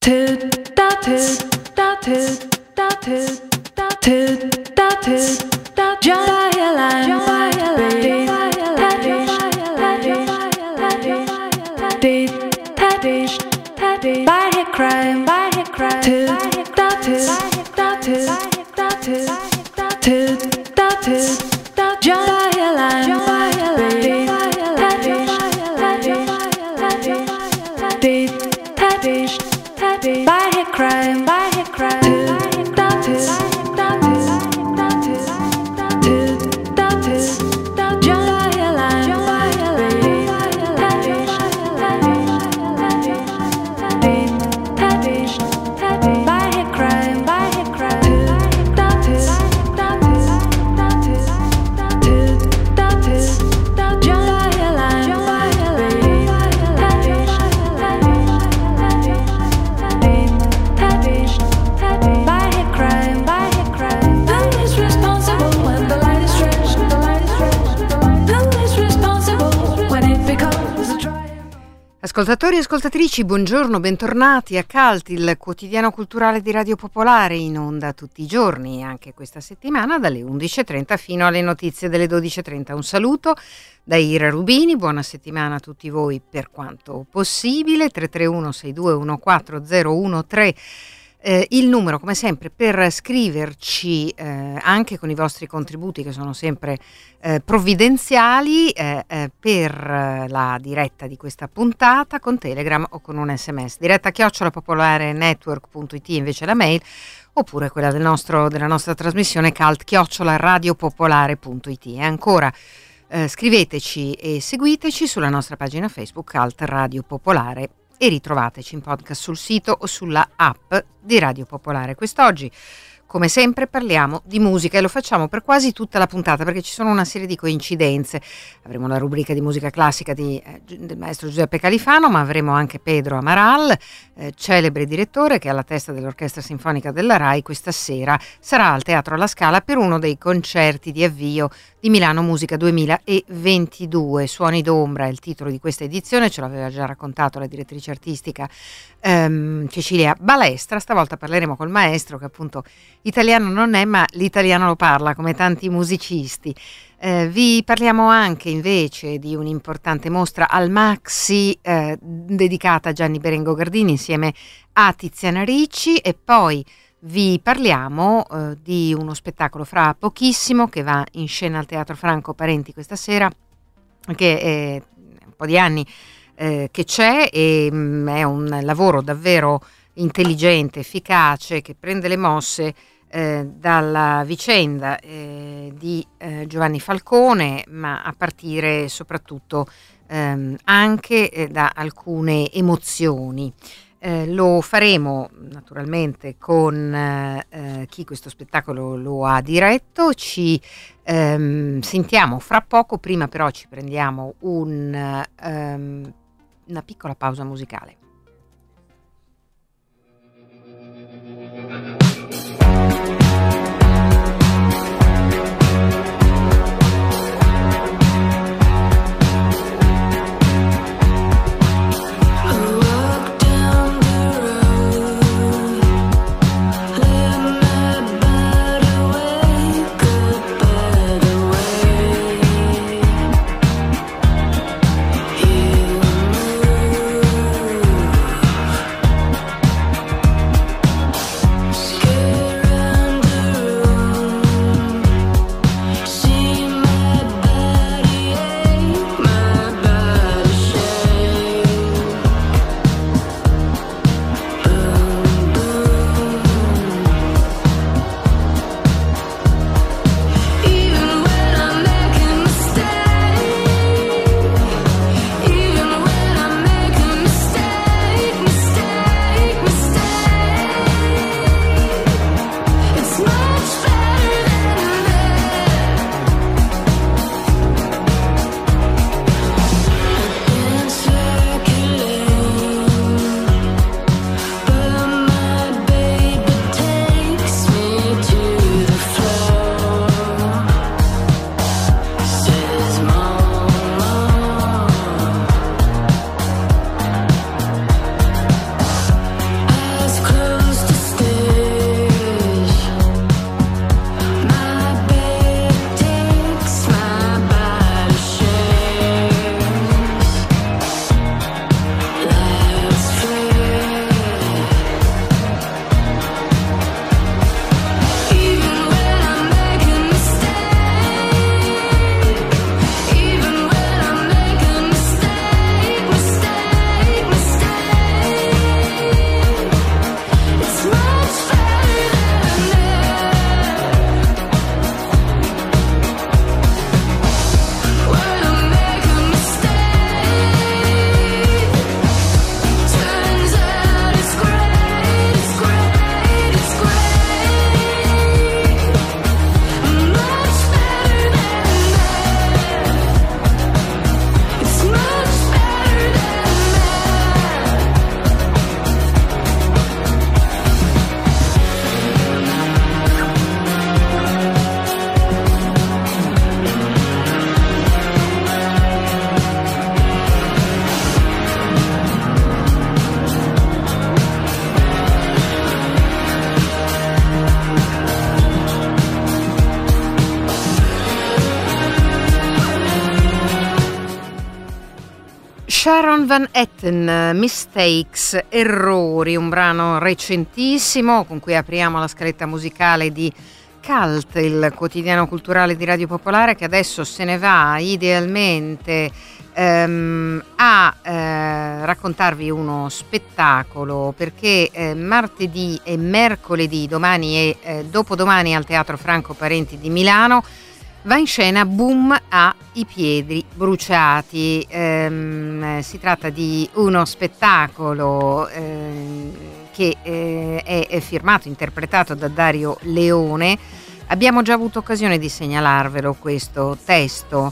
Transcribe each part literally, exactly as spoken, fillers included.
Ascoltatori e ascoltatrici, buongiorno, bentornati a Cult, il quotidiano culturale di Radio Popolare, in onda tutti i giorni, anche questa settimana dalle undici e trenta fino alle notizie delle dodici e trenta. Un saluto da Ira Rubini, buona settimana a tutti voi per quanto possibile. Tre tre uno sei due uno quattro zero uno tre Eh, il numero come sempre per scriverci eh, anche con i vostri contributi, che sono sempre eh, provvidenziali, eh, eh, per eh, la diretta di questa puntata con Telegram o con un sms. Diretta chiocciola popolare network punto it invece la mail, oppure quella del nostro, della nostra trasmissione cult chiocciola radiopopolare punto it. E ancora eh, scriveteci e seguiteci sulla nostra pagina Facebook Cult Radio Popolare, e ritrovateci in podcast sul sito o sulla app di Radio Popolare. Quest'oggi, come sempre, parliamo di musica e lo facciamo per quasi tutta la puntata, perché ci sono una serie di coincidenze. Avremo la rubrica di musica classica di, eh, del maestro Giuseppe Califano, ma avremo anche Pedro Amaral, eh, celebre direttore che è alla testa dell'Orchestra Sinfonica della RAI. Questa sera sarà al Teatro alla Scala per uno dei concerti di avvio di Milano Musica duemilaventidue. Suoni d'ombra è il titolo di questa edizione, ce l'aveva già raccontato la direttrice artistica ehm, Cecilia Balestra. Stavolta parleremo col maestro, che appunto italiano non è, ma l'italiano lo parla come tanti musicisti. Eh, vi parliamo anche invece di un'importante mostra al Maxi eh, dedicata a Gianni Berengo Gardini insieme a Tiziana Ricci, e poi vi parliamo eh, di uno spettacolo fra pochissimo che va in scena al Teatro Franco Parenti questa sera, che è un po' di anni eh, che c'è, e mh, è un lavoro davvero intelligente, efficace, che prende le mosse eh, dalla vicenda eh, di eh, Giovanni Falcone, ma a partire soprattutto ehm, anche eh, da alcune emozioni. Eh, lo faremo naturalmente con eh, chi questo spettacolo lo ha diretto. Ci ehm, sentiamo fra poco, prima però ci prendiamo un, um, una piccola pausa musicale. You Sharon Van Etten, Mistakes, Errori, un brano recentissimo con cui apriamo la scaletta musicale di Cult, il quotidiano culturale di Radio Popolare, che adesso se ne va idealmente ehm, a eh, raccontarvi uno spettacolo, perché eh, martedì e mercoledì, domani e eh, dopodomani al Teatro Franco Parenti di Milano, va in scena Boom ha i piedi bruciati. Ehm, si tratta di uno spettacolo ehm, che eh, è, è firmato, interpretato da Dario Leone. Abbiamo già avuto occasione di segnalarvelo questo testo.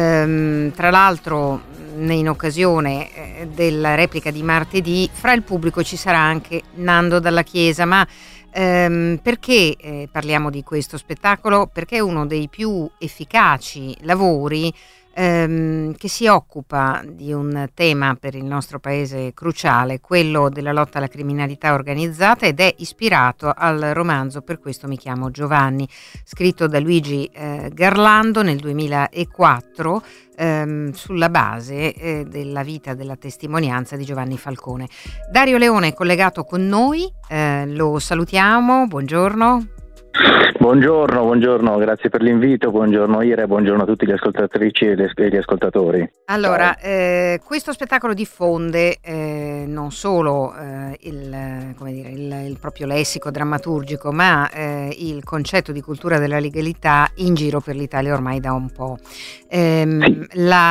Ehm, tra l'altro, in occasione eh, della replica di martedì, fra il pubblico ci sarà anche Nando Dalla Chiesa, ma Ehm, perché eh, parliamo di questo spettacolo? Perché è uno dei più efficaci lavori ehm, che si occupa di un tema per il nostro paese cruciale, quello della lotta alla criminalità organizzata, ed è ispirato al romanzo Per questo mi chiamo Giovanni, scritto da Luigi eh, Garlando nel duemilaquattro, ehm, sulla base eh, della vita, della testimonianza di Giovanni Falcone. Dario Leone è collegato con noi, eh, lo salutiamo, buongiorno. Buongiorno, buongiorno, grazie per l'invito, buongiorno Ira e buongiorno a tutti gli ascoltatrici e gli ascoltatori. Allora, eh, questo spettacolo diffonde eh, non solo eh, il, come dire, il, il proprio lessico drammaturgico, ma eh, il concetto di cultura della legalità in giro per l'Italia ormai da un po'. Ehm, sì.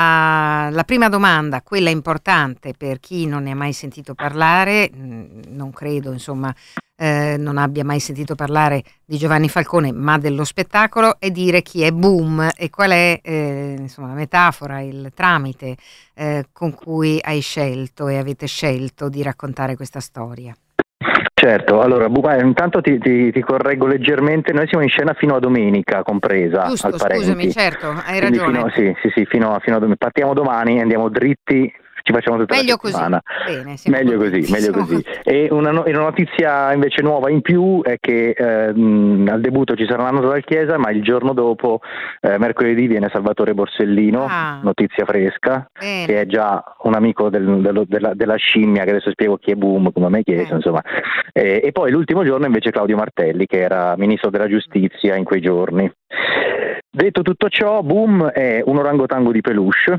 la, la prima domanda, quella importante per chi non ne ha mai sentito parlare, mh, non credo, insomma, Eh, non abbia mai sentito parlare di Giovanni Falcone, ma dello spettacolo, è dire chi è Boom e qual è eh, insomma, la metafora, il tramite eh, con cui hai scelto e avete scelto di raccontare questa storia. Certo, allora Boom, intanto ti, ti, ti correggo leggermente, noi siamo in scena fino a domenica compresa. Giusto, al Parenti. Scusami, certo, hai Quindi ragione. Fino, sì, sì, sì, fino a, fino a domenica. Partiamo domani e andiamo dritti. Ci facciamo tutta Meglio la settimana. così. Bene, meglio contenti, così, meglio siamo così. E una, no- una notizia invece nuova in più è che eh, mh, al debutto ci sarà Nando Dalla Chiesa, ma il giorno dopo, eh, mercoledì, viene Salvatore Borsellino, ah, notizia fresca, bene. che è già un amico del, dello, della, della scimmia, che adesso spiego chi è Boom, come mi hai chiesto, Eh. insomma. E, e poi l'ultimo giorno invece Claudio Martelli, che era ministro della giustizia in quei giorni. Detto tutto ciò, Boom è un orangotango di peluche,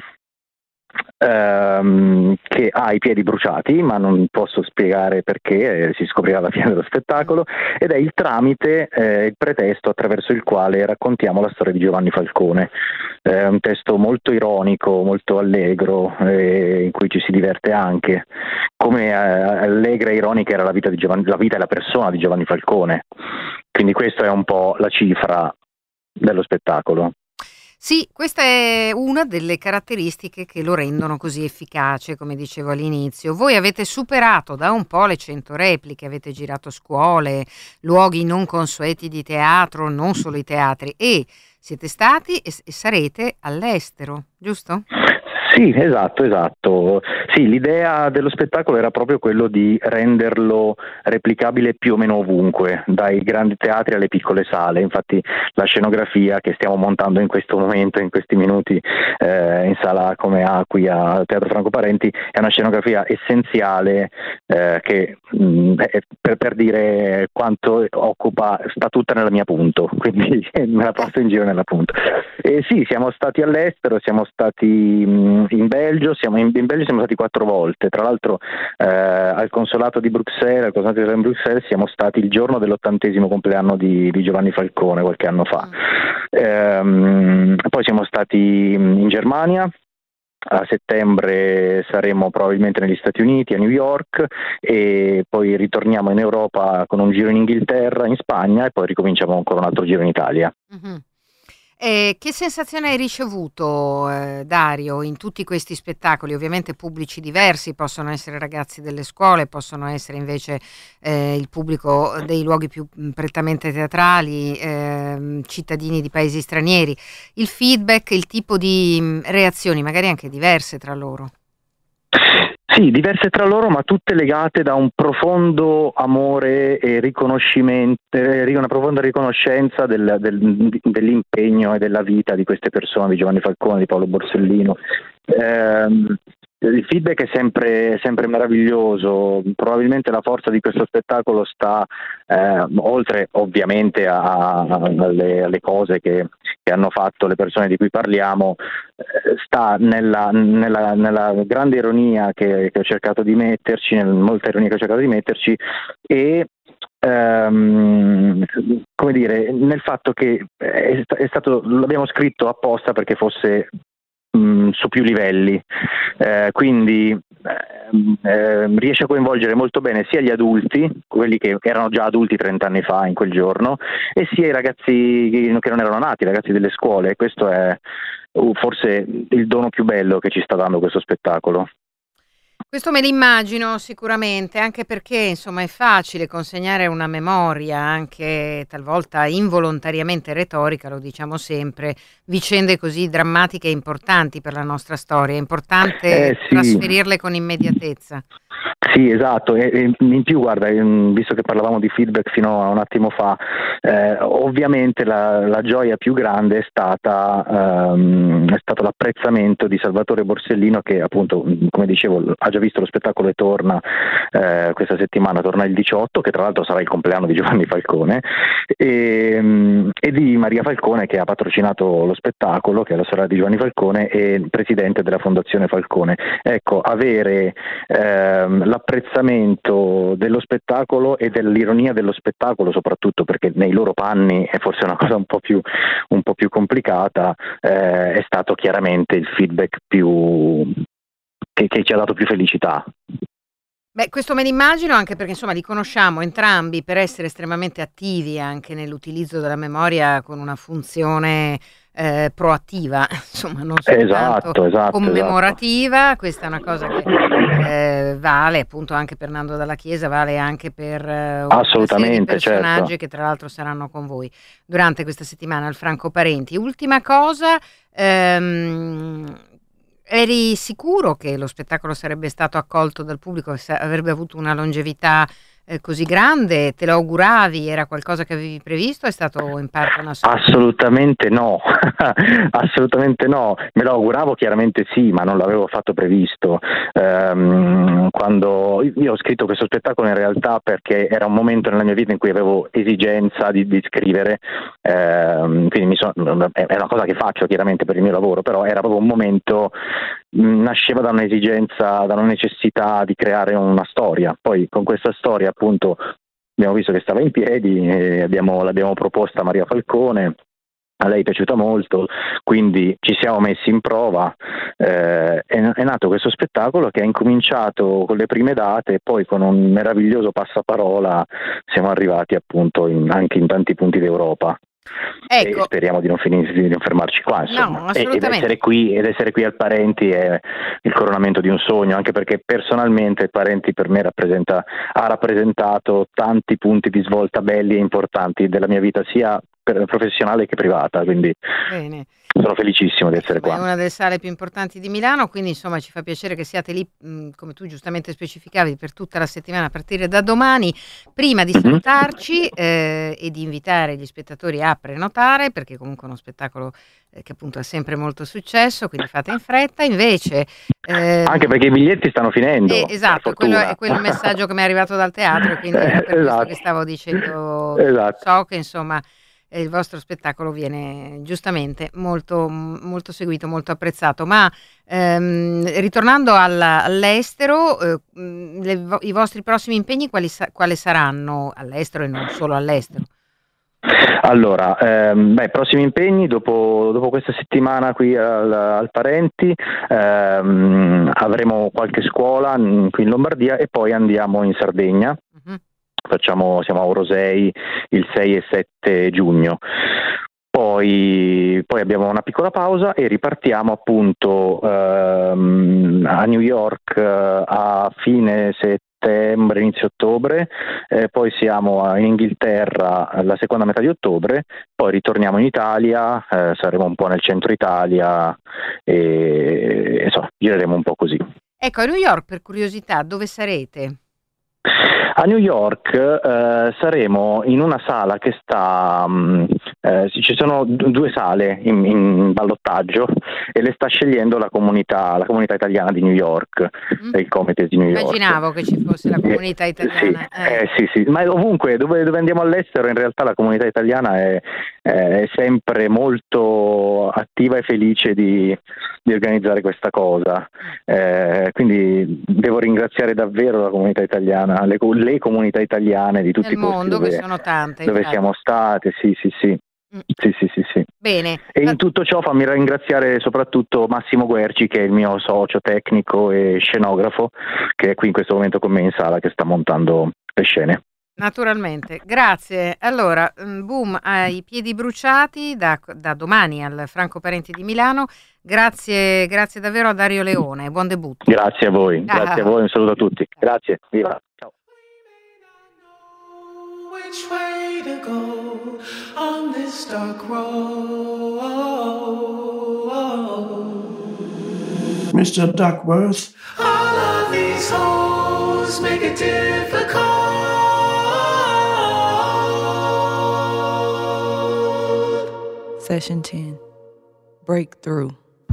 Ehm, che ha i piedi bruciati, ma non posso spiegare perché, eh, si scoprirà alla fine dello spettacolo, ed è il tramite, eh, il pretesto attraverso il quale raccontiamo la storia di Giovanni Falcone. È eh, un testo molto ironico, molto allegro, eh, in cui ci si diverte anche, come eh, allegra e ironica era la vita, di Giovanni, la vita e la persona di Giovanni Falcone. Quindi questa è un po' la cifra dello spettacolo. Sì, questa è una delle caratteristiche che lo rendono così efficace, come dicevo all'inizio. Voi avete superato da un po' le cento repliche, avete girato scuole, luoghi non consueti di teatro, non solo i teatri, e siete stati e, e sarete all'estero, giusto? Sì, esatto, esatto. Sì, l'idea dello spettacolo era proprio quello di renderlo replicabile più o meno ovunque, dai grandi teatri alle piccole sale. Infatti la scenografia che stiamo montando in questo momento, in questi minuti, eh, in sala come A qui a Teatro Franco Parenti, è una scenografia essenziale eh, che mh, per, per dire quanto occupa, sta tutta nella mia punto, quindi me la passo in giro nella punto. E sì, siamo stati all'estero, siamo stati mh, in Belgio, siamo in, in Belgio siamo stati quattro volte, tra l'altro eh, al consolato di Bruxelles, al consolato di Bruxelles siamo stati il giorno dell'ottantesimo compleanno di, di Giovanni Falcone, qualche anno fa. Mm. Ehm, poi siamo stati in Germania, a settembre saremo probabilmente negli Stati Uniti, a New York, e poi ritorniamo in Europa con un giro in Inghilterra, in Spagna, e poi ricominciamo ancora un altro giro in Italia. Mm-hmm. Eh, che sensazione hai ricevuto, eh, Dario, in tutti questi spettacoli? Ovviamente pubblici diversi, possono essere ragazzi delle scuole, possono essere invece eh, il pubblico dei luoghi più mh, prettamente teatrali, eh, cittadini di paesi stranieri. Il feedback, il tipo di mh, reazioni, magari anche diverse tra loro. Sì, diverse tra loro, ma tutte legate da un profondo amore e riconoscimento, una profonda riconoscenza del, del, dell'impegno e della vita di queste persone, di Giovanni Falcone, di Paolo Borsellino. Eh, Il feedback è sempre, sempre meraviglioso, probabilmente la forza di questo spettacolo sta, eh, oltre ovviamente a, a, alle, alle cose che, che hanno fatto le persone di cui parliamo, eh, sta nella, nella, nella grande ironia che, che ho cercato di metterci, nel, molta ironia che ho cercato di metterci e ehm, come dire, nel fatto che è, è stato, l'abbiamo scritto apposta perché fosse su più livelli, eh, quindi eh, eh, riesce a coinvolgere molto bene sia gli adulti, quelli che erano già adulti trenta anni fa in quel giorno, e sia i ragazzi che non erano nati, i ragazzi delle scuole. Questo è uh, forse il dono più bello che ci sta dando questo spettacolo. Questo me l'immagino sicuramente, anche perché insomma è facile consegnare una memoria, anche talvolta involontariamente retorica, lo diciamo sempre, vicende così drammatiche e importanti per la nostra storia. È importante Eh, sì. trasferirle con immediatezza. Sì, esatto, e, e in più guarda, visto che parlavamo di feedback fino a un attimo fa, eh, ovviamente la, la gioia più grande è stata ehm, è stato l'apprezzamento di Salvatore Borsellino, che appunto, come dicevo, ha già visto lo spettacolo e torna eh, questa settimana, torna il diciotto, che tra l'altro sarà il compleanno di Giovanni Falcone, e, e di Maria Falcone, che ha patrocinato lo spettacolo, che è la sorella di Giovanni Falcone e presidente della Fondazione Falcone. Ecco, avere ehm, l'apprezzamento dello spettacolo e dell'ironia dello spettacolo, soprattutto perché nei loro panni è forse una cosa un po' più, un po' più complicata, eh, è stato chiaramente il feedback più che, che ci ha dato più felicità. Beh, questo me l'immagino, anche perché insomma li conosciamo entrambi per essere estremamente attivi anche nell'utilizzo della memoria con una funzione eh, proattiva, insomma non soltanto esatto, esatto, commemorativa. esatto. Questa è una cosa che eh, vale appunto anche per Nando Dalla Chiesa, vale anche per eh, una serie di personaggi, certo, che tra l'altro saranno con voi durante questa settimana al Franco Parenti. Ultima cosa, ehm, eri sicuro che lo spettacolo sarebbe stato accolto dal pubblico e avrebbe avuto una longevità eh, così grande? Te lo auguravi? Era qualcosa che avevi previsto? È stato in parte una sorpresa? Assolutamente no, assolutamente no. Me lo auguravo chiaramente sì, ma non l'avevo affatto previsto. Ehm, quando io ho scritto questo spettacolo in realtà perché era un momento nella mia vita in cui avevo esigenza di, di scrivere, ehm, quindi mi so, è una cosa che faccio chiaramente per il mio lavoro, però era proprio un momento, nasceva da un'esigenza, da una necessità di creare una storia. Poi con questa storia appunto abbiamo visto che stava in piedi e abbiamo, l'abbiamo proposta a Maria Falcone, a lei è piaciuta molto, quindi ci siamo messi in prova, eh, è, è nato questo spettacolo che ha incominciato con le prime date e poi con un meraviglioso passaparola siamo arrivati appunto in, anche in tanti punti d'Europa. Ecco. E speriamo di non, finire, di non fermarci qua, insomma. No, assolutamente. Ed essere qui, ed essere qui al Parenti è il coronamento di un sogno, anche perché personalmente il Parenti per me rappresenta, ha rappresentato tanti punti di svolta belli e importanti della mia vita, sia professionale che privata, quindi bene. Sono felicissimo di essere Beh, qua. È una delle sale più importanti di Milano, quindi insomma ci fa piacere che siate lì, mh, come tu giustamente specificavi, per tutta la settimana a partire da domani. Prima di salutarci eh, e di invitare gli spettatori a prenotare, perché comunque è uno spettacolo eh, che appunto ha sempre molto successo, quindi fate in fretta. Invece ehm, anche perché i biglietti stanno finendo. Eh, esatto, quello è quello il messaggio che mi è arrivato dal teatro, e quindi era per esatto. questo che stavo dicendo. Esatto. So che insomma il vostro spettacolo viene giustamente molto, molto seguito, molto apprezzato, ma ehm, ritornando alla, all'estero, eh, le, i vostri prossimi impegni quali, quali saranno all'estero e non solo all'estero? Allora, ehm, beh, prossimi impegni dopo, dopo questa settimana qui al, al Parenti, ehm, avremo qualche scuola qui in Lombardia e poi andiamo in Sardegna. Uh-huh. Facciamo, siamo a Orosei il sei e sette giugno. Poi, poi abbiamo una piccola pausa e ripartiamo appunto ehm, a New York eh, a fine settembre, inizio ottobre, eh, poi siamo in Inghilterra la seconda metà di ottobre, poi ritorniamo in Italia, eh, saremo un po' nel centro Italia e, e so, gireremo un po' così. Ecco, a New York, per curiosità, dove sarete? A New York eh, saremo in una sala che sta, mh, eh, ci sono d- due sale in, in ballottaggio e le sta scegliendo la comunità, la comunità italiana di New York, mm. il Comité di New York. Immaginavo che ci fosse la comunità italiana. Sì, eh. Eh, sì, sì, ma ovunque dove, dove andiamo all'estero in realtà la comunità italiana è, è sempre molto attiva e felice di, di organizzare questa cosa, eh, quindi devo ringraziare davvero la comunità italiana, le, le comunità italiane di tutti i posti mondo, dove, che sono tante, dove siamo state, sì sì sì. Mm. Sì, sì, sì, sì. Bene. E in tutto ciò fammi ringraziare soprattutto Massimo Guerci, che è il mio socio tecnico e scenografo, che è qui in questo momento con me in sala, che sta montando le scene. Naturalmente, grazie. Allora, boom, ai piedi bruciati da, da domani al Franco Parenti di Milano. Grazie, grazie davvero a Dario Leone, buon debutto. Grazie a voi, ah. grazie a voi, un saluto a tutti. Grazie, viva. Ciao. Which way to go on this dark road, Mister Duckworth? All of these holes make it difficult. Session ten. Breakthrough.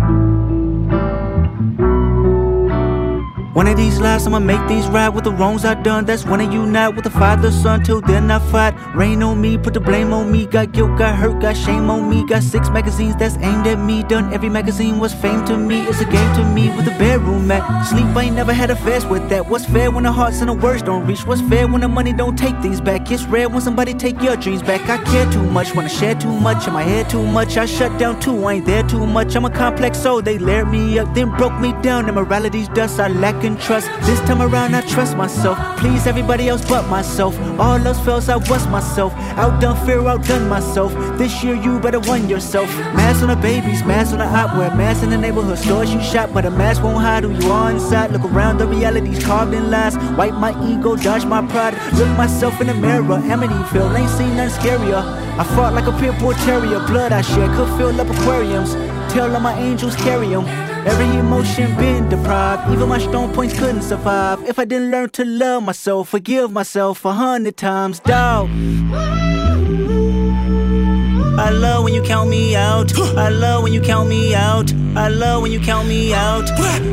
One of these lives I'ma make these right with the wrongs I done. That's when I unite with the father, son. Till then I fight. Rain on me, put the blame on me. Got guilt, got hurt, got shame on me. Got six magazines that's aimed at me. Done every magazine was fame to me. It's a game to me with a bedroom mat. Sleep, I ain't never had a fast with that. What's fair when the hearts and the words don't reach? What's fair when the money don't take things back? It's rare when somebody take your dreams back. I care too much, wanna share too much. In my head too much, I shut down too. I ain't there too much. I'm a complex soul. They layered me up, then broke me down. Immorality's dust, I lack in trust. This time around I trust myself. Please everybody else but myself. All else fails, I was myself. Outdone fear, outdone myself. This year you better won yourself. Mask on the babies, mask on the op. Wear masks in the neighborhood stores you shop. But a mask won't hide who you are inside. Look around, the reality's carved in lies. Wipe my ego, dodge my pride. Look myself in the mirror, Amityville, ain't seen nothing scarier. I fought like a pit bull terrier. Blood I shed could fill up aquariums. Tell all my angels carry them. Every emotion been deprived. Even my strong points couldn't survive. If I didn't learn to love myself, forgive myself a hundred times, dawg. I love when you count me out. I love when you count me out. I love when you count me out.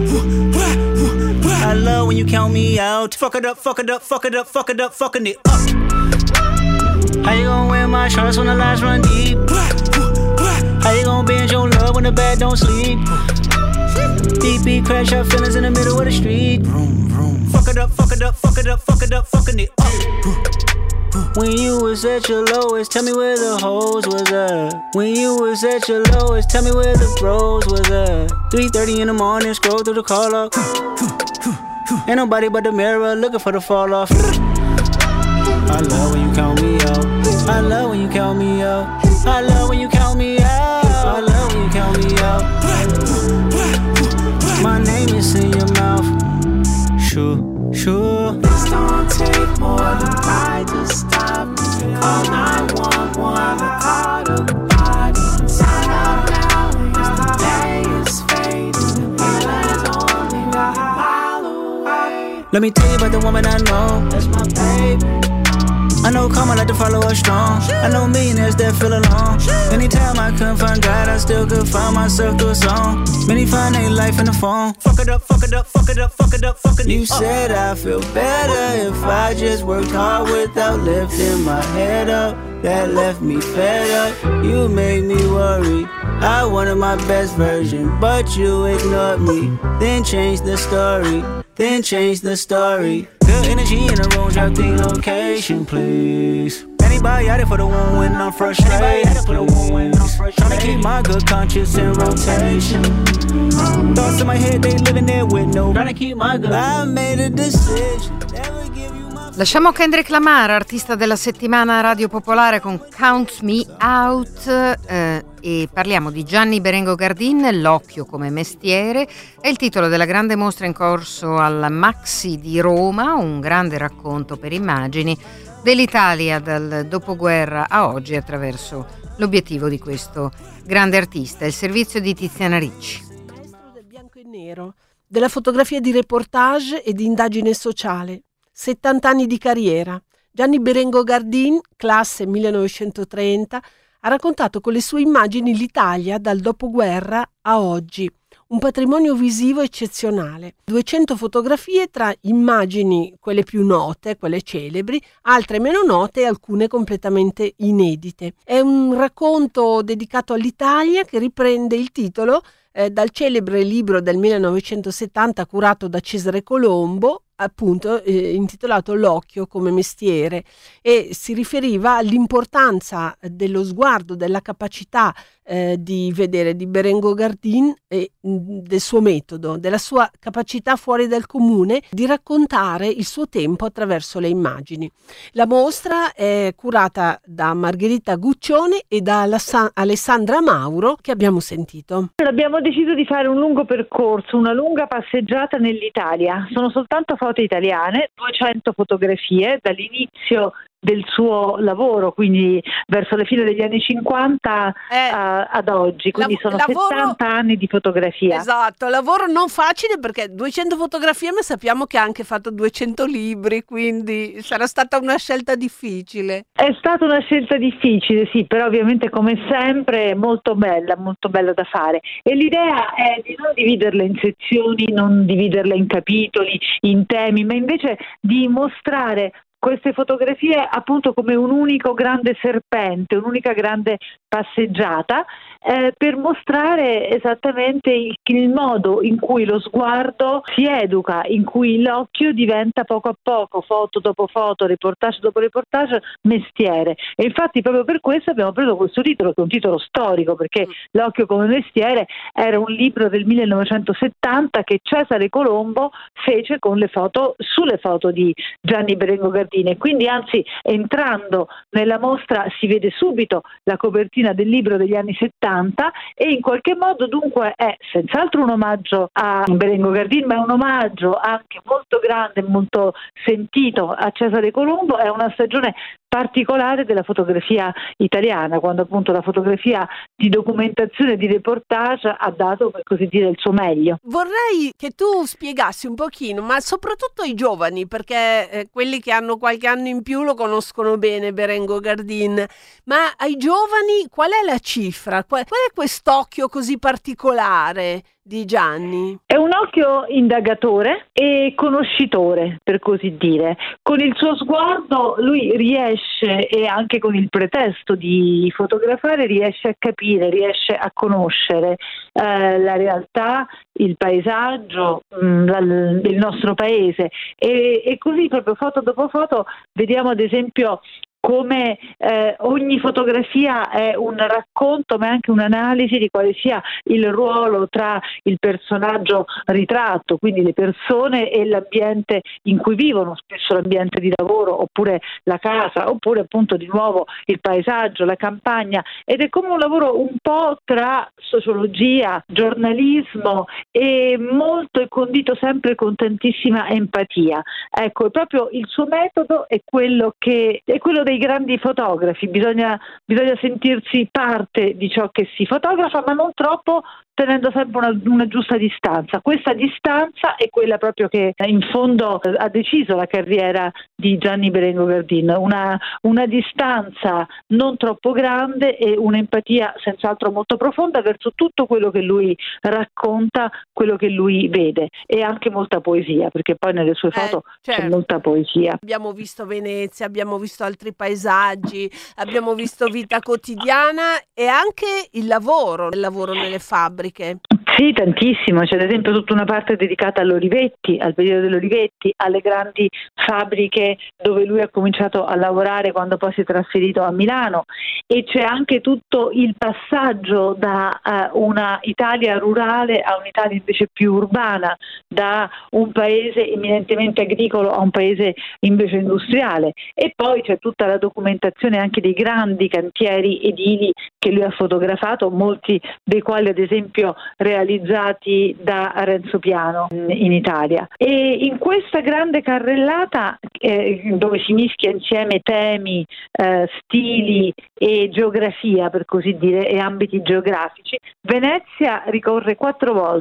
I love when you count me out. Fuck it up, fuck it up, fuck it up, fuck it up, fucking it up. How you gonna wear my shorts when the lights run deep? How you gonna binge your love when the bed don't sleep? Deep beat, crash out feelings in the middle of the street. Vroom, vroom. Fuck it up, fuck it up, fuck it up, fuck it up, fucking it up. When you was at your lowest, tell me where the hoes was at. When you was at your lowest, tell me where the bros was at. three thirty in the morning, scroll through the call log. Ain't nobody but the mirror looking for the fall off. I love when you count me out. I love when you count me out. I love when you count me out. I love when you count me out. My name is in your mouth. Sure, sure. This don't take more than I just stop. Call nine one one. Call the body. Sign out now because the day is fading. Heaven's only a mile away. Let me tell you about the woman I know. That's my baby. I know karma like to follow us strong. I know millionaires that feel alone. Anytime I couldn't find God, I still could find myself through a song. Many find their life in the phone. Fuck it up, fuck it up, fuck it up, fuck it up, fucking it up. You said I feel better if I just worked hard without lifting my head up. That left me fed up. You made me worry. I wanted my best version, but you ignored me. Then changed the story. Then change the story. Good energy in the room, drop the location, please. Anybody out there for the one when I'm frustrated? Anybody out there for the one when I'm frustrated? Trying to keep my good conscience in rotation. Thoughts in my head, they living there with no. Trying to keep my good. I made a decision. Never give you my. Lasciamo Kendrick Lamar, artista della settimana Radio Popolare, con Count Me Out, eh, e parliamo di Gianni Berengo Gardin, L'occhio come mestiere. È il titolo della grande mostra in corso alla Maxi di Roma, un grande racconto per immagini dell'Italia dal dopoguerra a oggi attraverso l'obiettivo di questo grande artista, il servizio di Tiziana Ricci. Maestro del bianco e nero, della fotografia di reportage e di indagine sociale. settanta anni di carriera. Gianni Berengo Gardin, classe millenovecentotrenta, ha raccontato con le sue immagini l'Italia dal dopoguerra a oggi. Un patrimonio visivo eccezionale. duecento fotografie tra immagini, quelle più note, quelle celebri, altre meno note e alcune completamente inedite. È un racconto dedicato all'Italia che riprende il titolo eh, dal celebre libro del millenovecentosettanta curato da Cesare Colombo, appunto eh, intitolato L'occhio come mestiere, e si riferiva all'importanza dello sguardo, della capacità eh, di vedere di Berengo Gardin e mh, del suo metodo, della sua capacità fuori dal comune di raccontare il suo tempo attraverso le immagini. La mostra è curata da Margherita Guccione e da Alassa- Alessandra Mauro, che abbiamo sentito. Abbiamo deciso di fare un lungo percorso, una lunga passeggiata nell'Italia. Sono soltanto foto italiane, duecento fotografie dall'inizio del suo lavoro, quindi verso la fine degli anni cinquanta Eh, uh, ad oggi, quindi lav- sono lavoro- settanta anni di fotografia. Esatto, lavoro non facile perché duecento fotografie, ma sappiamo che ha anche fatto duecento libri, quindi sarà stata una scelta difficile. È stata una scelta difficile, sì, però ovviamente come sempre molto bella, molto bella da fare. E l'idea è di non dividerla in sezioni, non dividerla in capitoli, in temi, ma invece di mostrare queste fotografie appunto come un unico grande serpente, un'unica grande passeggiata, eh, per mostrare esattamente il, il modo in cui lo sguardo si educa, in cui l'occhio diventa poco a poco, foto dopo foto, reportage dopo reportage, mestiere. E infatti proprio per questo abbiamo preso questo titolo, che è un titolo storico, perché L'occhio come mestiere era un libro del millenovecentosettanta che Cesare Colombo fece con le foto, sulle foto di Gianni Berengo Gardini. E quindi anzi, entrando nella mostra si vede subito la copertina del libro degli anni settanta e in qualche modo dunque è senz'altro un omaggio a Berengo Gardini, ma è un omaggio anche molto grande, molto sentito a Cesare Colombo. È una stagione particolare della fotografia italiana, quando appunto la fotografia di documentazione, di reportage ha dato, per così dire, il suo meglio. Vorrei che tu spiegassi un pochino, ma soprattutto ai giovani, perché eh, quelli che hanno qualche anno in più lo conoscono bene Berengo Gardin, ma ai giovani qual è la cifra? Qual, qual è quest'occhio così particolare di Gianni? È un occhio indagatore e conoscitore, per così dire. Con il suo sguardo lui riesce, e anche con il pretesto di fotografare, riesce a capire, riesce a conoscere eh, la realtà, il paesaggio, mh, la, il nostro paese. E, e così proprio foto dopo foto vediamo ad esempio come eh, ogni fotografia è un racconto, ma è anche un'analisi di quale sia il ruolo tra il personaggio ritratto, quindi le persone, e l'ambiente in cui vivono, spesso l'ambiente di lavoro, oppure la casa, oppure appunto di nuovo il paesaggio, la campagna. Ed è come un lavoro un po' tra sociologia, giornalismo, e molto è condito sempre con tantissima empatia. Ecco, proprio il suo metodo è quello che è quello dei grandi fotografi. Bisogna, bisogna sentirsi parte di ciò che si fotografa, ma non troppo, tenendo sempre una, una giusta distanza. Questa distanza è quella proprio che in fondo ha deciso la carriera di Gianni Berengo Gardin, una, una distanza non troppo grande e un'empatia senz'altro molto profonda verso tutto quello che lui racconta, quello che lui vede, e anche molta poesia, perché poi nelle sue foto eh, certo. c'è molta poesia. Abbiamo visto Venezia, abbiamo visto altri paesaggi, abbiamo visto vita quotidiana e anche il lavoro, il lavoro nelle fabbriche. Sì, tantissimo. C'è ad esempio tutta una parte dedicata all'Olivetti, al periodo dell'Olivetti, alle grandi fabbriche dove lui ha cominciato a lavorare quando poi si è trasferito a Milano, e c'è anche tutto il passaggio da uh, una Italia rurale a un'Italia invece più urbana, da un paese eminentemente agricolo a un paese invece industriale. E poi c'è tutta la documentazione anche dei grandi cantieri edili che lui ha fotografato, molti dei quali ad esempio realizzati da Renzo Piano in Italia. E in questa grande carrellata eh, dove si mischia insieme temi, eh, stili e geografia, per così dire, e ambiti geografici, Venezia ricorre quattro volte.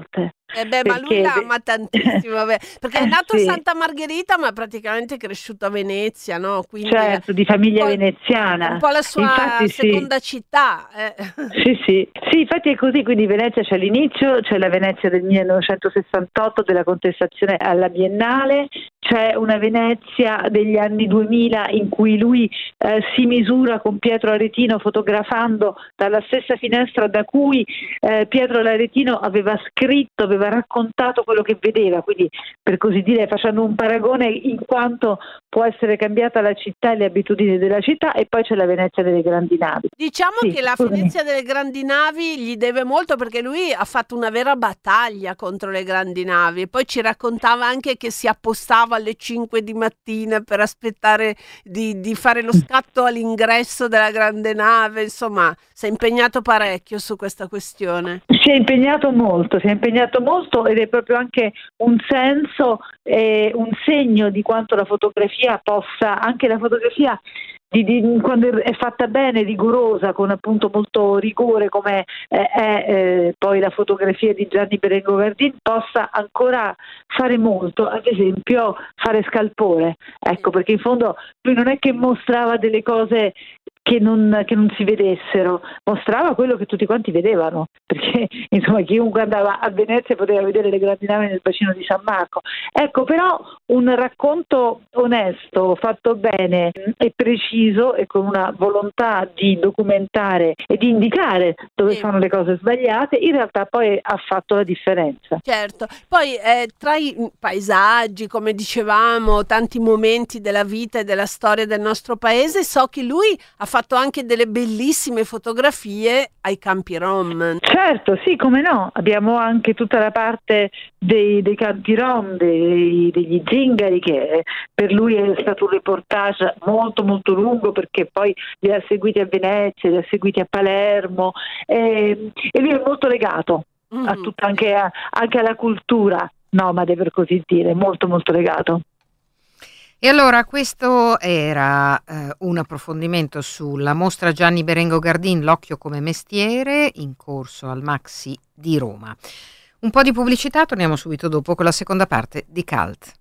Eh beh, ma lui perché- la ama tantissimo, vabbè, perché è nato Sì. a Santa Margherita, ma praticamente è cresciuto a Venezia, no? Quindi Certo, di famiglia un po'- veneziana. un po' la sua Infatti, sì. seconda città. eh. Sì, sì, sì, infatti è così, quindi Venezia c'è l'inizio, c'è la Venezia del millenovecentosessantotto della contestazione alla Biennale, c'è una Venezia degli anni duemila in cui lui eh, si misura con Pietro Aretino fotografando dalla stessa finestra da cui eh, Pietro Aretino aveva scritto, aveva raccontato quello che vedeva, quindi per così dire facendo un paragone in quanto può essere cambiata la città e le abitudini della città, e poi c'è la Venezia delle grandi navi. Diciamo Sì, che la scusami. Venezia delle grandi navi gli deve molto, perché lui ha fatto una vera battaglia contro le grandi navi, e poi ci raccontava anche che si appostava alle cinque di mattina per aspettare di, di fare lo scatto all'ingresso della grande nave. Insomma, si è impegnato parecchio su questa questione. Si è impegnato molto, si è impegnato molto ed è proprio anche un senso, eh, un segno di quanto la fotografia possa, anche la fotografia di, di, quando è fatta bene, rigorosa, con appunto molto rigore come eh, è eh, poi la fotografia di Gianni Berengo Gardin, possa ancora fare molto, ad esempio fare scalpore, ecco, perché in fondo lui non è che mostrava delle cose che non, che non si vedessero, mostrava quello che tutti quanti vedevano, perché insomma chiunque andava a Venezia poteva vedere le grandi navi nel bacino di San Marco. Ecco, però un racconto onesto, fatto bene e preciso, e con una volontà di documentare e di indicare dove Sì. sono le cose sbagliate, in realtà poi ha fatto la differenza. Certo, poi eh, tra i paesaggi, come dicevamo, tanti momenti della vita e della storia del nostro paese, so che lui ha fatto anche delle bellissime fotografie ai campi rom. Certo, sì, come no, abbiamo anche tutta la parte dei, dei campi rom, dei, degli zingari, che per lui è stato un reportage molto molto lungo, perché poi li ha seguiti a Venezia, li ha seguiti a Palermo, e, e lui è molto legato Mm. a tutta, anche, a, anche alla cultura nomade, per così dire, molto molto legato. E allora questo era eh, un approfondimento sulla mostra Gianni Berengo Gardin, L'occhio come mestiere, in corso al Maxi di Roma. Un po' di pubblicità, torniamo subito dopo con la seconda parte di Cult.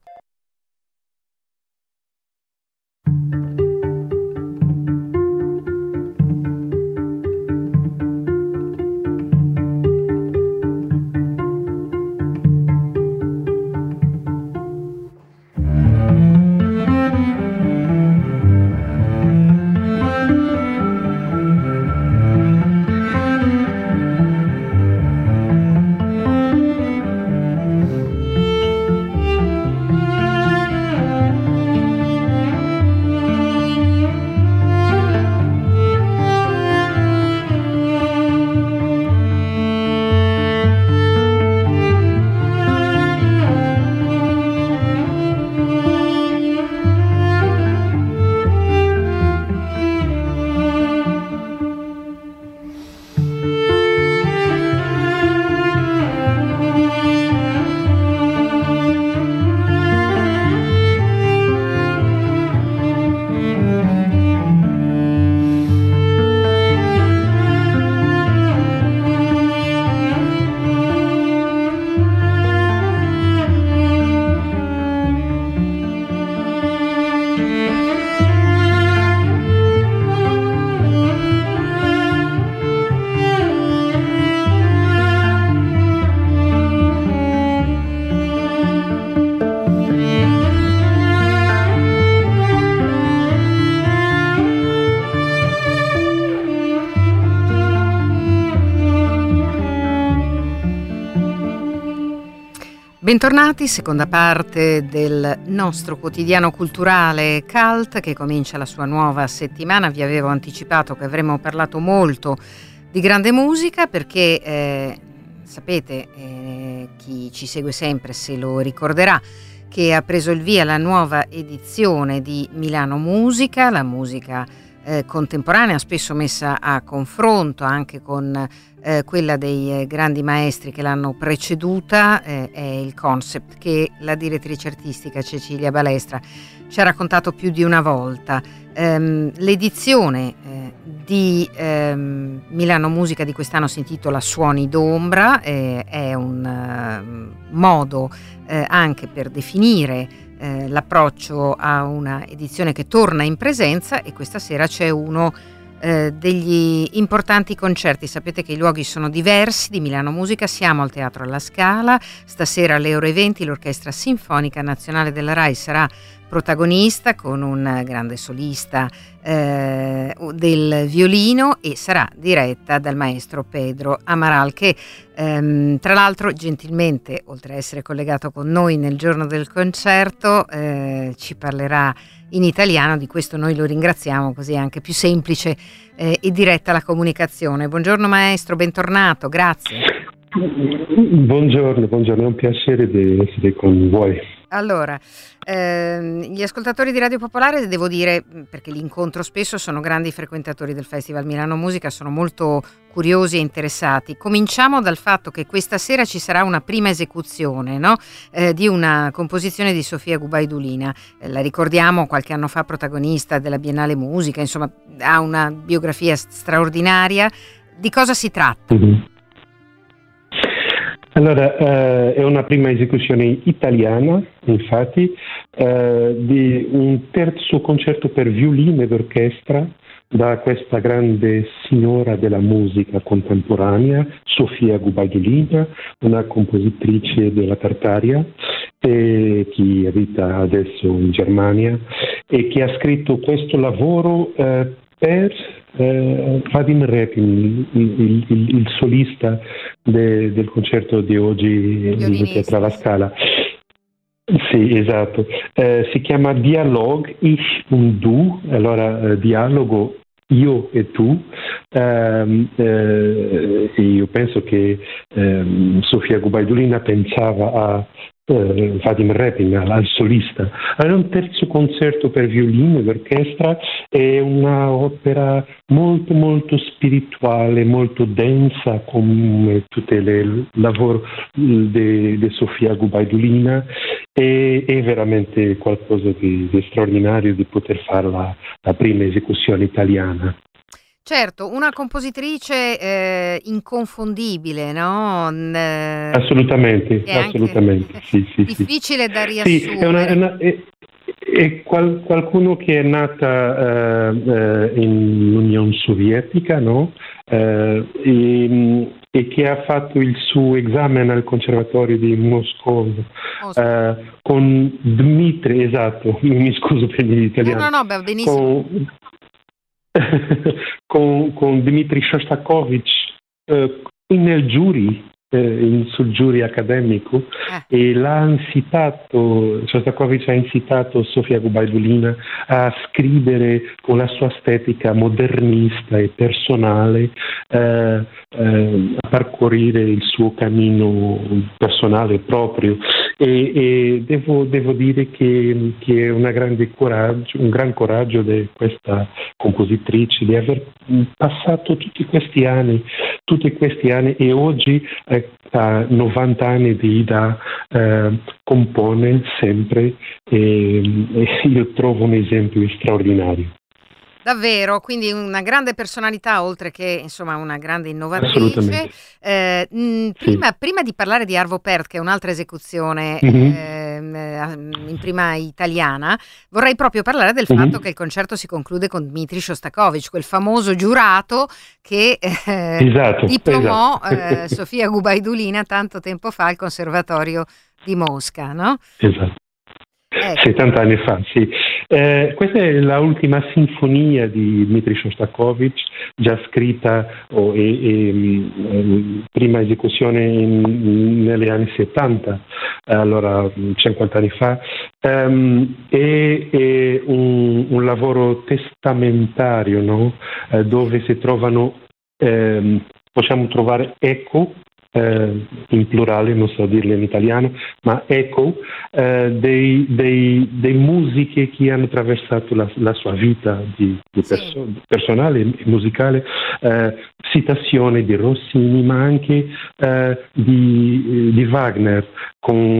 Bentornati, seconda parte del nostro quotidiano culturale Cult, che comincia la sua nuova settimana. Vi avevo anticipato che avremmo parlato molto di grande musica, perché eh, sapete, eh, chi ci segue sempre se lo ricorderà, che ha preso il via la nuova edizione di Milano Musica, la musica eh, contemporanea, spesso messa a confronto anche con Eh, quella dei eh, grandi maestri che l'hanno preceduta. Eh, è il concept che la direttrice artistica Cecilia Balestra ci ha raccontato più di una volta. Ehm, l'edizione eh, di ehm, Milano Musica di quest'anno si intitola Suoni d'ombra, eh, è un eh, modo eh, anche per definire eh, l'approccio a una edizione che torna in presenza, e questa sera c'è uno Eh, degli importanti concerti. Sapete che i luoghi sono diversi di Milano Musica. Siamo al Teatro alla Scala, stasera alle ore venti l'Orchestra Sinfonica Nazionale della RAI sarà protagonista con un grande solista eh, del violino, e sarà diretta dal maestro Pedro Amaral, che ehm, tra l'altro gentilmente, oltre a essere collegato con noi nel giorno del concerto, eh, ci parlerà in italiano. Di questo noi lo ringraziamo, così è anche più semplice eh, e diretta la comunicazione. Buongiorno maestro, bentornato, grazie. Buongiorno, buongiorno, è un piacere di essere con voi. Allora, ehm, gli ascoltatori di Radio Popolare, devo dire, perché li incontro spesso, sono grandi frequentatori del Festival Milano Musica, sono molto curiosi e interessati. Cominciamo dal fatto che questa sera ci sarà una prima esecuzione, no? eh, di una composizione di Sofia Gubaidulina. Eh, la ricordiamo, qualche anno fa protagonista della Biennale Musica, insomma ha una biografia straordinaria. Di cosa si tratta? Mm-hmm. Allora, eh, è una prima esecuzione italiana, infatti, eh, di un terzo concerto per violino ed orchestra da questa grande signora della musica contemporanea, Sofia Gubaidulina, una compositrice della Tartaria, eh, che abita adesso in Germania e che ha scritto questo lavoro eh, per eh, Vadim Repin, il, il, il, il solista de, del concerto di oggi in Teatro alla Scala. Sì, esatto. Eh, si chiama Dialog, Ich und Du, allora eh, dialogo io e tu. Um, eh, e io penso che um, Sofia Gubaidulina pensava a Uh, Vadim Repin, al solista. Era un terzo concerto per violino ed orchestra, è un'opera molto molto spirituale, molto densa, come tutte le lavori di Sofia Gubaidulina, e è veramente qualcosa di, di straordinario di poter fare la, la prima esecuzione italiana. Certo, una compositrice eh, inconfondibile, no? Eh, assolutamente, assolutamente. Sì, sì, difficile sì. da riassumere. Sì, è, una, è, una, è, è qual, qualcuno che è nata uh, uh, in Unione Sovietica, no? Uh, e, e che ha fatto il suo esame al Conservatorio di Moscova oh, uh, con Dmitri, esatto, mi scuso per l'italiano. No, no, no, beh, benissimo. Con, con, con Dmitri Shostakovich eh, nel giury, eh, sul giury accademico, eh. e l'ha incitato, Shostakovich ha incitato Sofia Gubaidulina a scrivere con la sua estetica modernista e personale, eh, eh, a percorrere il suo cammino personale proprio. E, e devo, devo dire che, che è una grande coraggio, un gran coraggio di questa compositrice di aver passato tutti questi anni, tutti questi anni e oggi eh, a novanta anni di età eh, compone sempre, e, e io trovo un esempio straordinario. Davvero, quindi una grande personalità, oltre che insomma una grande innovatrice. Eh, mh, prima, sì. prima di parlare di Arvo Pärt, che è un'altra esecuzione mm-hmm. eh, in prima italiana, vorrei proprio parlare del mm-hmm. fatto che il concerto si conclude con Dmitri Shostakovich, quel famoso giurato che eh, esatto, diplomò esatto. eh, Sofia Gubaidulina tanto tempo fa al Conservatorio di Mosca, no? Esatto. Ecco. settanta anni fa, sì. Eh, questa è l'ultima sinfonia di Dmitri Shostakovich, già scritta oh, e, e, e prima esecuzione in, negli anni settanta, allora cinquanta anni fa. Um, è, è un, un lavoro testamentario, no? Eh, dove si trovano, eh, possiamo trovare eco, Uh, in plurale, non so dirlo in italiano, ma eco uh, dei, dei, dei musiche che hanno attraversato la, la sua vita di, di perso- sì. personale e musicale, uh, citazioni di Rossini, ma anche uh, di, di Wagner, con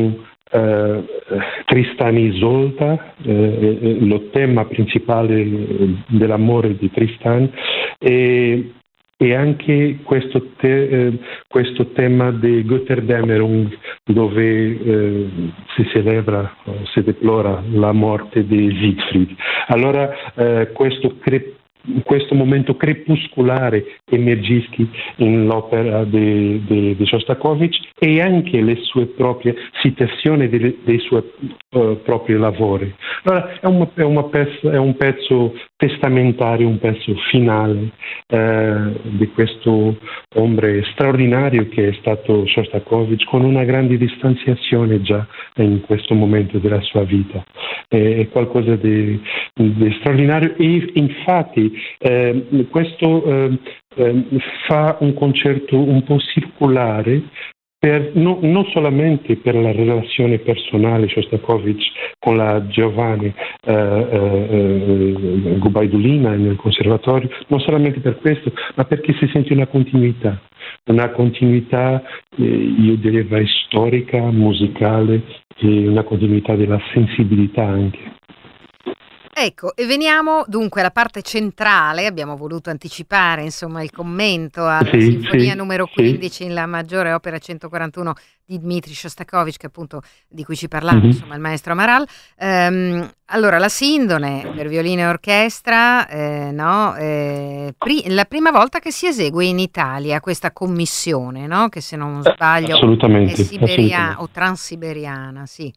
eh, Tristan e Isolda, eh, lo tema principale dell'amore di Tristan, e e anche questo, te, eh, questo tema di Götterdämmerung, dove eh, si celebra, si deplora la morte di Siegfried. Allora eh, questo cre- questo momento crepuscolare emergisce nell'opera di, di, di Shostakovich, e anche le sue proprie citazioni dei, dei suoi uh, propri lavori. Allora è, una, è, una pezzo, è un pezzo testamentario, un pezzo finale eh, di questo uomo straordinario che è stato Shostakovich, con una grande distanziazione già in questo momento della sua vita. È, è qualcosa di, di straordinario, e infatti Eh, questo eh, eh, fa un concerto un po' circolare, per, no, non solamente per la relazione personale Shostakovich con la Giovanni eh, eh, Gubaidulina nel conservatorio, non solamente per questo, ma perché si sente una continuità, una continuità eh, io direi storica, musicale, e una continuità della sensibilità anche. Ecco, e veniamo dunque alla parte centrale. Abbiamo voluto anticipare insomma il commento alla sì, sinfonia sì, numero quindici sì. in La maggiore opera centoquarantuno di Dmitri Shostakovich, che appunto di cui ci parlava mm-hmm. insomma il maestro Amaral. Ehm, allora, la Sindone per violino e orchestra, eh, no? eh, pri- la prima volta che si esegue in Italia questa commissione, no? Che se non sbaglio assolutamente, è siberiana assolutamente. o transiberiana, sì.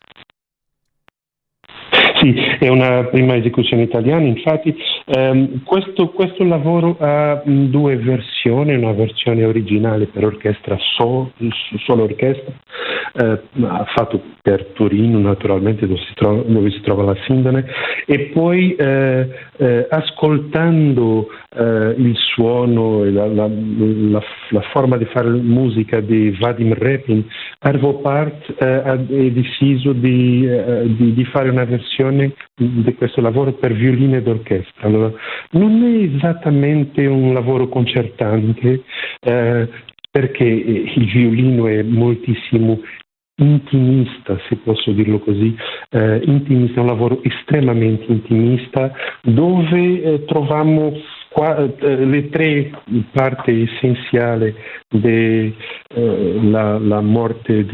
Sì, è una prima esecuzione italiana, infatti ehm, questo, questo lavoro ha mh, due versioni, una versione originale per orchestra, so, solo orchestra, eh, fatto per Torino naturalmente, dove si trova, dove si trova la Sindone, e poi eh, eh, ascoltando eh, il suono e la, la, la, la forma di fare musica di Vadim Repin, Arvo Part eh, ha deciso di, eh, di, di fare una versione di questo lavoro per violino ed orchestra. Allora, non è esattamente un lavoro concertante, eh, perché il violino è moltissimo intimista, se posso dirlo così, eh, intimista, è un lavoro estremamente intimista, dove eh, troviamo qua, eh, le tre parti essenziali della eh, morte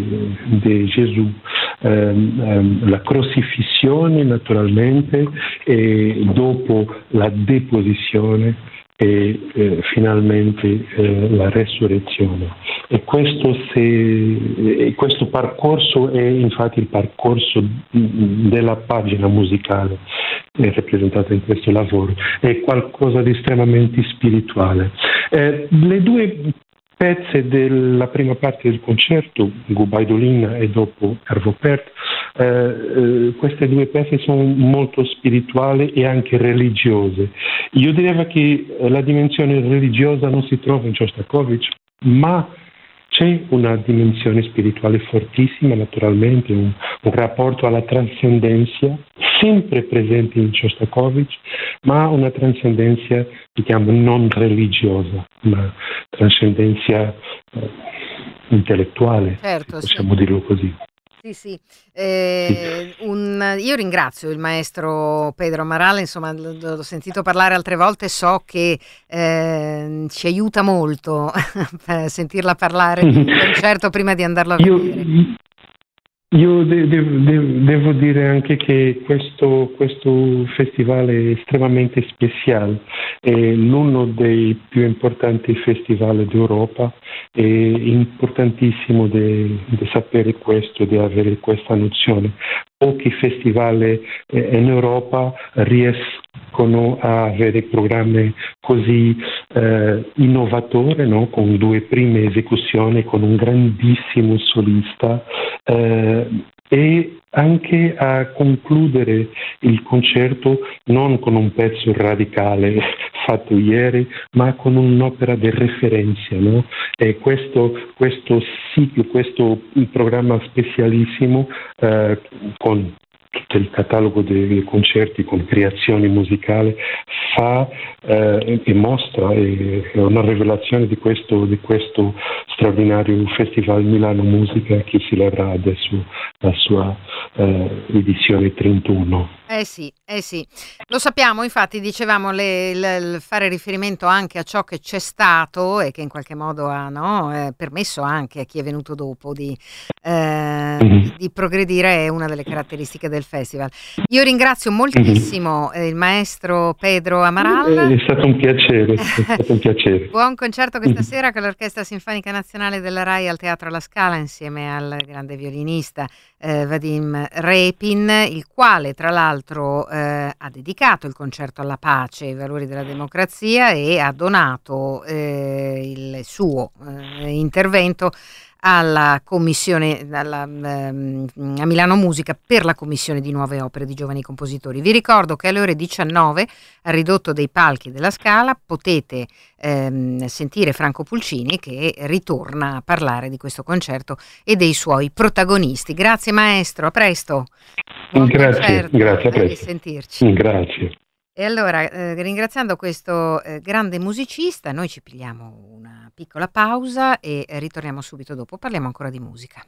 di Gesù, ehm, ehm, la crocifissione naturalmente, e dopo la deposizione, e eh, finalmente eh, la resurrezione. E questo, se, e questo percorso è infatti il percorso della pagina musicale è rappresentata in questo lavoro, è qualcosa di estremamente spirituale. Eh, le due pezzi della prima parte del concerto, Gubaidulina e dopo Arvo Pärt, eh, eh, queste due pezzi sono molto spirituali e anche religiose. Io direi che la dimensione religiosa non si trova in Shostakovich, ma c'è una dimensione spirituale fortissima, naturalmente, un, un rapporto alla trascendenza, sempre presente in Shostakovich, ma una trascendenza, diciamo, non religiosa, ma trascendenza eh, intellettuale, certo, possiamo sì. dirlo così. Sì, sì. Eh, un, io ringrazio il maestro Pedro Amaral, insomma l- l'ho sentito parlare altre volte, so che eh, ci aiuta molto a sentirla parlare di un concerto prima di andarlo a vedere. Io, io de- de- de- devo dire anche che questo, questo festival è estremamente speciale, è l'uno dei più importanti festival d'Europa, è importantissimo di sapere questo, di avere questa nozione. Pochi festival eh, in Europa riescono a avere programmi così eh, innovatori, no? Con due prime esecuzioni, con un grandissimo solista, eh, e anche a concludere il concerto non con un pezzo radicale fatto ieri, ma con un'opera di referenza, no? E questo, questo ciclo, questo programma specialissimo, eh, con tutto il catalogo dei concerti con creazioni musicali fa eh, e mostra è una rivelazione di questo, di questo straordinario Festival Milano Musica che celebra adesso la sua eh, edizione trentuno. Eh sì, eh sì, lo sappiamo, infatti dicevamo le, le, le fare riferimento anche a ciò che c'è stato e che in qualche modo ha no, eh, permesso anche a chi è venuto dopo di, eh, mm-hmm. di, di progredire, è una delle caratteristiche del festival. Io ringrazio moltissimo mm-hmm. eh, il maestro Pedro Amaral. È stato un piacere, è stato un piacere. Buon concerto questa mm-hmm. sera con l'Orchestra Sinfonica Nazionale della RAI al Teatro alla Scala insieme al grande violinista eh, Vadim Repin, il quale tra l'altro Eh, ha dedicato il concerto alla pace e ai valori della democrazia e ha donato eh, il suo eh, intervento alla commissione alla, ehm, a Milano Musica per la commissione di nuove opere di giovani compositori. Vi ricordo che alle ore diciannove al ridotto dei palchi della Scala potete ehm, sentire Franco Pulcini che ritorna a parlare di questo concerto e dei suoi protagonisti. Grazie maestro, a presto. Buon grazie, concerto, grazie, a presto. Sentirci. Grazie. E allora, eh, ringraziando questo eh, grande musicista, noi ci pigliamo una piccola pausa e eh, ritorniamo subito dopo. Parliamo ancora di musica.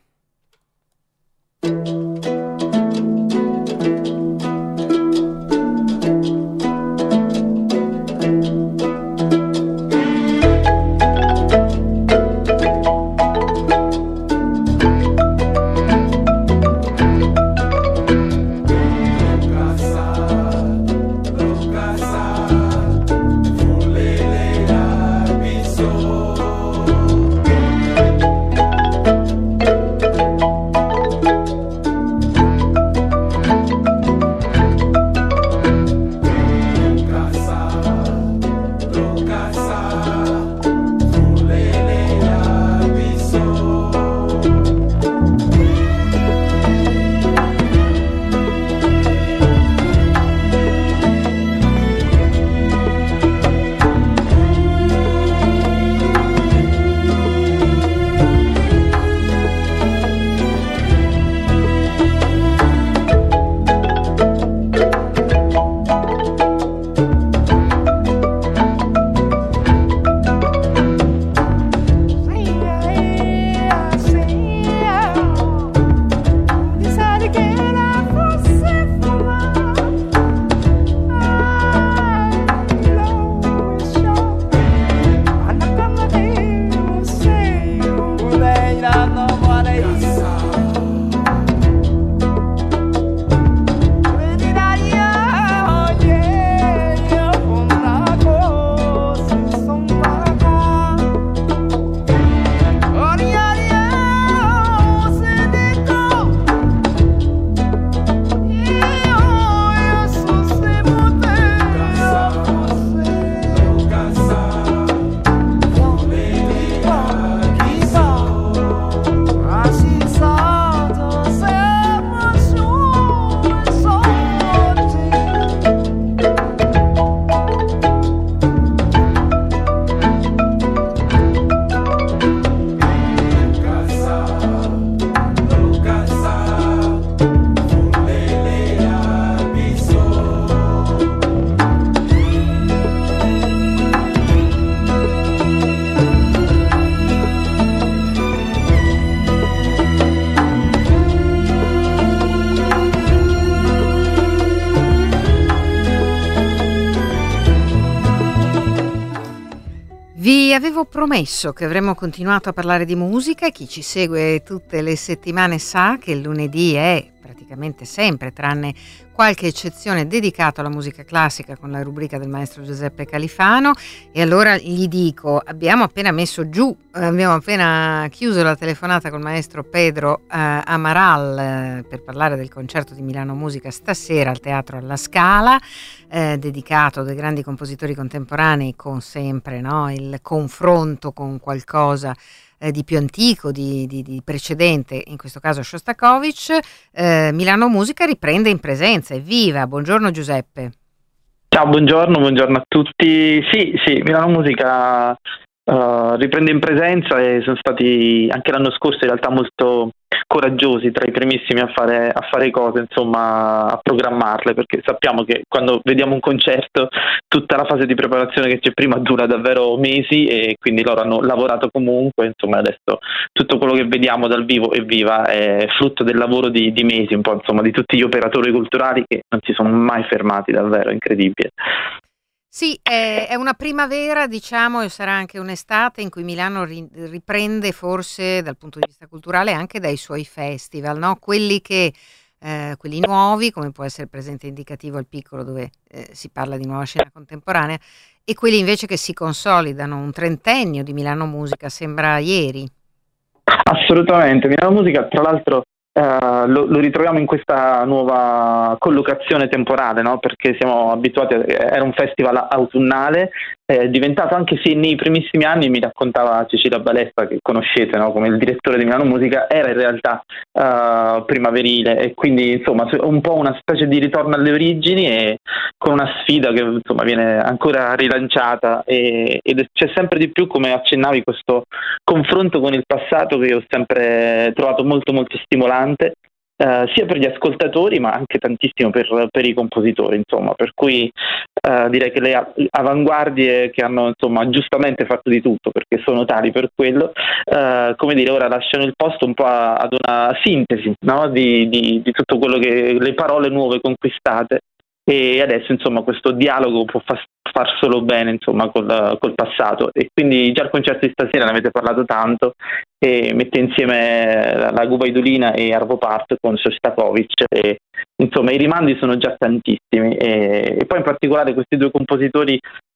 Vi avevo promesso che avremmo continuato a parlare di musica e chi ci segue tutte le settimane sa che il lunedì è praticamente sempre, tranne qualche eccezione, dedicato alla musica classica con la rubrica del maestro Giuseppe Califano. E allora gli dico, abbiamo appena messo giù, abbiamo appena chiuso la telefonata col maestro Pedro eh, Amaral eh, per parlare del concerto di Milano Musica stasera al Teatro alla Scala, eh, dedicato a dei grandi compositori contemporanei, con sempre no, il confronto con qualcosa di più antico, di, di, di precedente, in questo caso Shostakovich. eh, Milano Musica riprende in presenza, evviva, buongiorno Giuseppe. Ciao, buongiorno, buongiorno a tutti. Sì, sì, Milano Musica uh, riprende in presenza e sono stati anche l'anno scorso in realtà molto coraggiosi, tra i primissimi a fare, a fare cose, insomma, a programmarle, perché sappiamo che quando vediamo un concerto tutta la fase di preparazione che c'è prima dura davvero mesi, e quindi loro hanno lavorato comunque, insomma adesso tutto quello che vediamo dal vivo e viva è frutto del lavoro di, di mesi, un po' insomma di tutti gli operatori culturali che non si sono mai fermati, davvero incredibile. Sì, è, è una primavera, diciamo, e sarà anche un'estate in cui Milano ri- riprende forse dal punto di vista culturale anche dai suoi festival, no? Quelli che eh, quelli nuovi, come può essere Presente Indicativo al Piccolo, dove eh, si parla di nuova scena contemporanea, e quelli invece che si consolidano. Un trentennio di Milano Musica sembra ieri. Assolutamente, Milano Musica tra l'altro Uh, lo, lo ritroviamo in questa nuova collocazione temporale, no? Perché siamo abituati a, era un festival autunnale, è diventato, anche se nei primissimi anni, mi raccontava Cecilia Balesta, che conoscete, no? Come il direttore di Milano Musica, era in realtà uh, primaverile, e quindi insomma un po' una specie di ritorno alle origini, e con una sfida che insomma viene ancora rilanciata, e, ed c'è sempre di più, come accennavi, questo confronto con il passato che ho sempre trovato molto molto stimolante. Uh, sia per gli ascoltatori ma anche tantissimo per, per i compositori, insomma, per cui uh, direi che le avanguardie, che hanno insomma giustamente fatto di tutto, perché sono tali per quello, uh, come dire, ora lasciano il posto un po' a, ad una sintesi, no? di, di, di tutto quello che le parole nuove conquistate, e adesso insomma questo dialogo può far, far solo bene, insomma, col, col passato. E quindi già il concerto di stasera ne avete parlato tanto, e mette insieme la, la Gubaidulina e Arvo Part con Shostakovich, e insomma i rimandi sono già tantissimi, e, e poi in particolare questi due compositori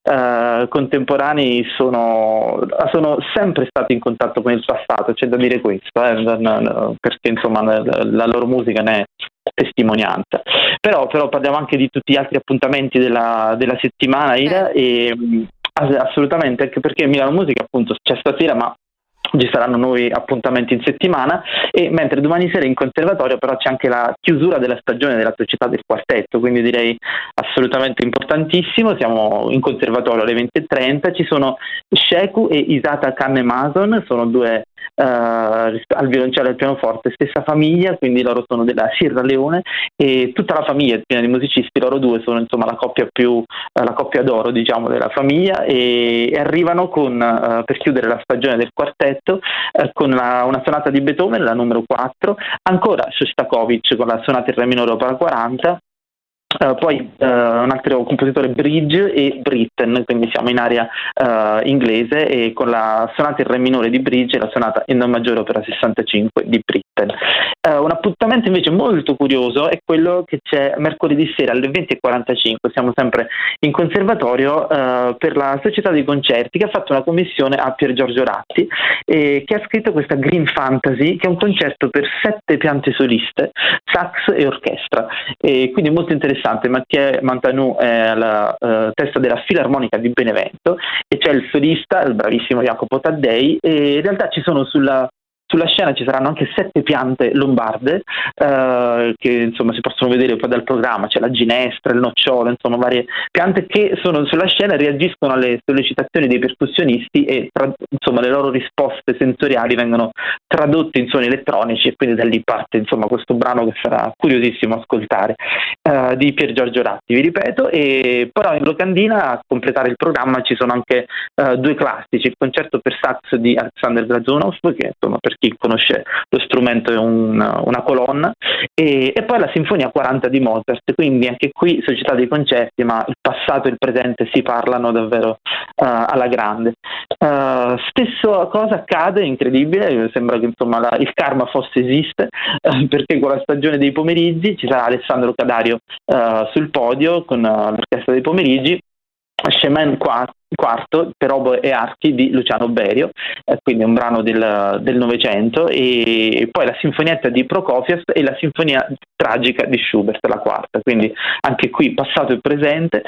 Uh, contemporanei sono, sono sempre stati in contatto con il passato, c'è da dire questo, eh, perché insomma la, la loro musica ne è testimonianza. Però, però parliamo anche di tutti gli altri appuntamenti della, della settimana, Ira, e assolutamente, anche perché Milano Musica appunto c'è stasera, ma ci saranno nuovi appuntamenti in settimana, e mentre domani sera in conservatorio però c'è anche la chiusura della stagione della Società del Quartetto, quindi direi assolutamente importantissimo. Siamo in conservatorio alle venti e trenta, ci sono Sheku e Isata Kanne-Mason, sono due uh, al violoncello e al pianoforte, stessa famiglia, quindi loro sono della Sierra Leone, e tutta la famiglia è piena di musicisti, loro due sono insomma la coppia più uh, la coppia d'oro, diciamo, della famiglia, e, e arrivano con uh, per chiudere la stagione del quartetto eh, con la, una sonata di Beethoven, la numero quattro, ancora Shostakovich con la sonata in re minore opera quaranta. Uh, poi uh, un altro compositore, Bridge e Britten, quindi siamo in area uh, inglese, e con la sonata in re minore di Bridge e la sonata in do maggiore opera sessantacinque di Britten. Uh, un appuntamento invece molto curioso è quello che c'è mercoledì sera alle venti e quarantacinque, siamo sempre in conservatorio, uh, per la Società dei Concerti, che ha fatto una commissione a Pier Giorgio Ratti, e che ha scritto questa Green Fantasy, che è un concerto per sette piante soliste, sax e orchestra, e quindi molto interessante. Mathieu Mantanou è alla uh, testa della Filarmonica di Benevento, e c'è il solista, il bravissimo Jacopo Taddei, e in realtà ci sono sulla Sulla scena ci saranno anche sette piante lombarde, eh, che insomma si possono vedere poi dal programma, c'è la ginestra, il nocciolo, insomma varie piante che sono sulla scena e reagiscono alle sollecitazioni dei percussionisti, e tra, insomma le loro risposte sensoriali vengono tradotte in suoni elettronici, e quindi da lì parte insomma questo brano che sarà curiosissimo ascoltare, eh, di Pier Giorgio Ratti, vi ripeto. E però in locandina a completare il programma ci sono anche eh, due classici, il concerto per sax di Alexander Glazunov, che insomma per chi conosce lo strumento è un, una colonna, e, e poi la Sinfonia quaranta di Mozart, quindi anche qui Società dei Concerti, ma il passato e il presente si parlano davvero uh, alla grande. Uh, stesso cosa accade, incredibile, sembra che insomma la, il karma forse esiste, uh, perché con la stagione dei pomeriggi ci sarà Alessandro Cadario uh, sul podio con uh, l'orchestra dei pomeriggi, Chemin quarto per oboe e archi di Luciano Berio, eh, quindi un brano del, del Novecento, e poi la sinfonietta di Prokofiev e la sinfonia tragica di Schubert, la quarta, quindi anche qui passato e presente.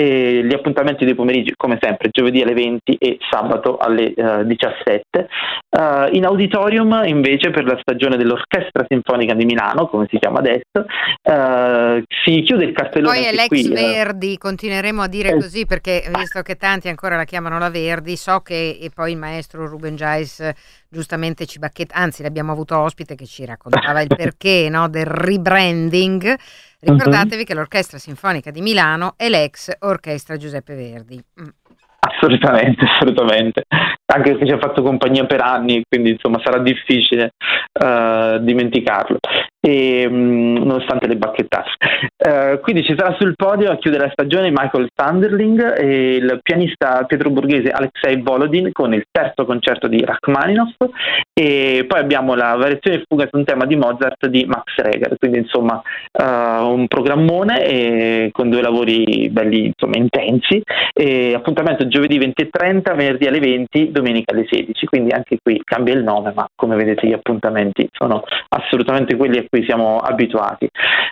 E gli appuntamenti dei pomeriggi come sempre giovedì alle venti e sabato alle uh, diciassette. Uh, in auditorium invece per la stagione dell'Orchestra Sinfonica di Milano, come si chiama adesso, uh, si chiude il cartellone. Poi è l'ex qui, Verdi, uh, continueremo a dire eh, così, perché visto che tanti ancora la chiamano la Verdi, so che e poi il maestro Ruben Jais giustamente ci bacchetta, anzi l'abbiamo avuto ospite che ci raccontava il perché, no, del rebranding. Ricordatevi uh-huh. che l'Orchestra Sinfonica di Milano è l'ex Orchestra Giuseppe Verdi. Mm. Assolutamente, assolutamente, anche se ci ha fatto compagnia per anni, quindi insomma sarà difficile uh, dimenticarlo, e, um, nonostante le bacchettate. Uh, quindi ci sarà sul podio a chiudere la stagione Michael Sanderling e il pianista pietroburghese Alexei Volodin con il terzo concerto di Rachmaninoff, e poi abbiamo la variazione fuga su un tema di Mozart di Max Reger, quindi insomma uh, un programmone e con due lavori belli insomma intensi, e appuntamento giovedì venti e trenta, venerdì alle venti, domenica alle sedici, quindi anche qui cambia il nome, ma come vedete gli appuntamenti sono assolutamente quelli a cui siamo abituati.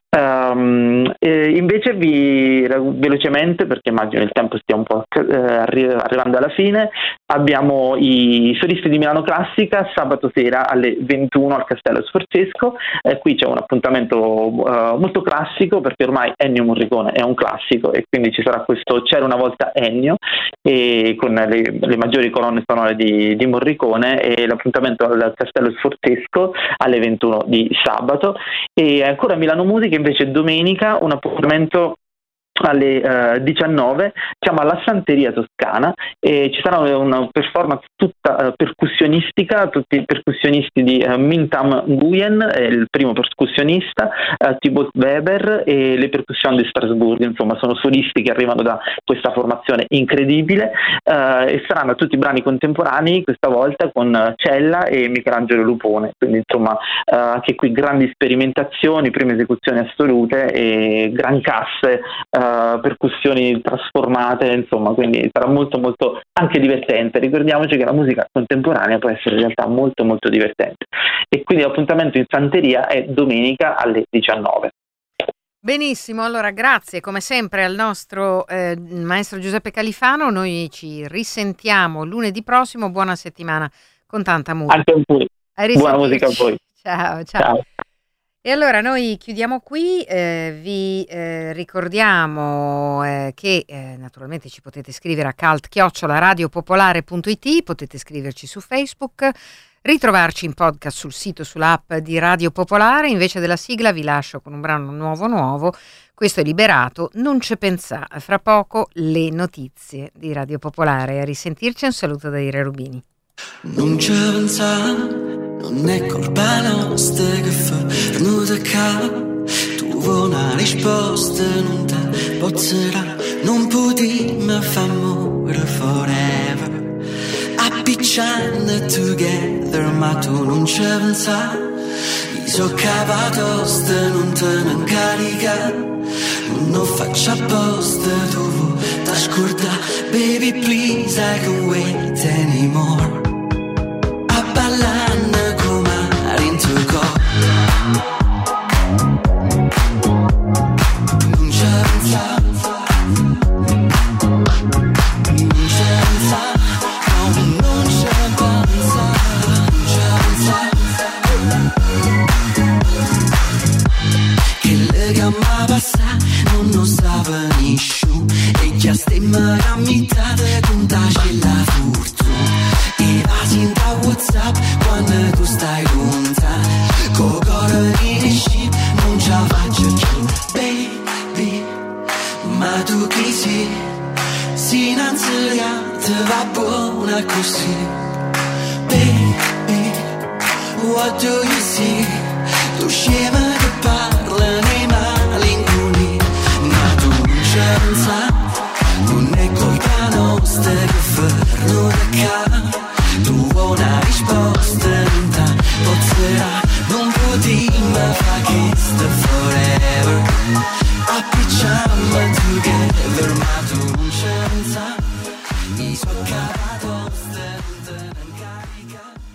Um, e invece vi velocemente, perché immagino il tempo stia un po' eh, arri- arrivando alla fine, abbiamo i solisti di Milano Classica sabato sera alle ventuno al Castello Sforzesco. Eh, qui c'è un appuntamento uh, molto classico, perché ormai Ennio Morricone è un classico e quindi ci sarà questo C'era una volta Ennio, e con le, le maggiori colonne sonore di, di Morricone, e l'appuntamento al Castello Sforzesco alle ventuno di sabato. E ancora Milano Musica invece domenica un appuntamento alle uh, diciannove, siamo alla Santeria Toscana e ci sarà una performance tutta uh, percussionistica, tutti i percussionisti di uh, Mintam Nguyen, eh, il primo percussionista, uh, Thibaut Weber e le percussioni di Strasburgo, insomma sono solisti che arrivano da questa formazione incredibile, uh, e saranno tutti brani contemporanei questa volta con Cella e Michelangelo Lupone, quindi insomma uh, anche qui grandi sperimentazioni, prime esecuzioni assolute e gran casse, uh, percussioni trasformate, insomma, quindi sarà molto molto anche divertente. Ricordiamoci che la musica contemporanea può essere in realtà molto molto divertente, e quindi l'appuntamento in Santeria è domenica alle diciannove. Benissimo, allora grazie come sempre al nostro eh, maestro Giuseppe Califano, noi ci risentiamo lunedì prossimo, buona settimana con tanta musica. Anche a voi, buona musica a voi. Ciao, ciao. ciao. E allora noi chiudiamo qui, eh, vi eh, ricordiamo eh, che eh, naturalmente ci potete scrivere a cult chiocciola radiopopolare punto it, potete scriverci su Facebook, ritrovarci in podcast sul sito, sull'app di Radio Popolare. Invece della sigla vi lascio con un brano nuovo nuovo, questo è Liberato, Non c'è pensà, fra poco le notizie di Radio Popolare. A risentirci, un saluto da Ira Rubini. Non c'è pensà, non è colpa nostra che fa venuta qua. Tu vuoi una risposta, non te pozzerà. Non potremo far morire forever, appicciando together, ma tu non ci pensa. Io so capatosta, non te ne incarica. Non lo faccio apposta, tu vuoi t'ascolta. Baby please, I can't wait anymore. A ballare come rinto il cuore. Non c'è pensa, non c'è pensa, no, non c'è pensa, non c'è pensa. Che le gamma passa non lo stava nessuno, e già stemma camminate con ta cella fortuna. E va sinta WhatsApp quando tu stai con te, co cuore di ship non ce la faccio più. Baby, ma tu chi sei? Si innanzitutto va buona così. Baby, what do you see? Tu scema che parla nei malinconi, ma tu non c'è pensa. Non è colpa nostra che fermo da qua. Tu vuoi una risposta, non te pozzerà. Non potremo fare questo forever, appicciamo together, ma tu non c'è pensa. Mi so capatosta, non te ne incarica.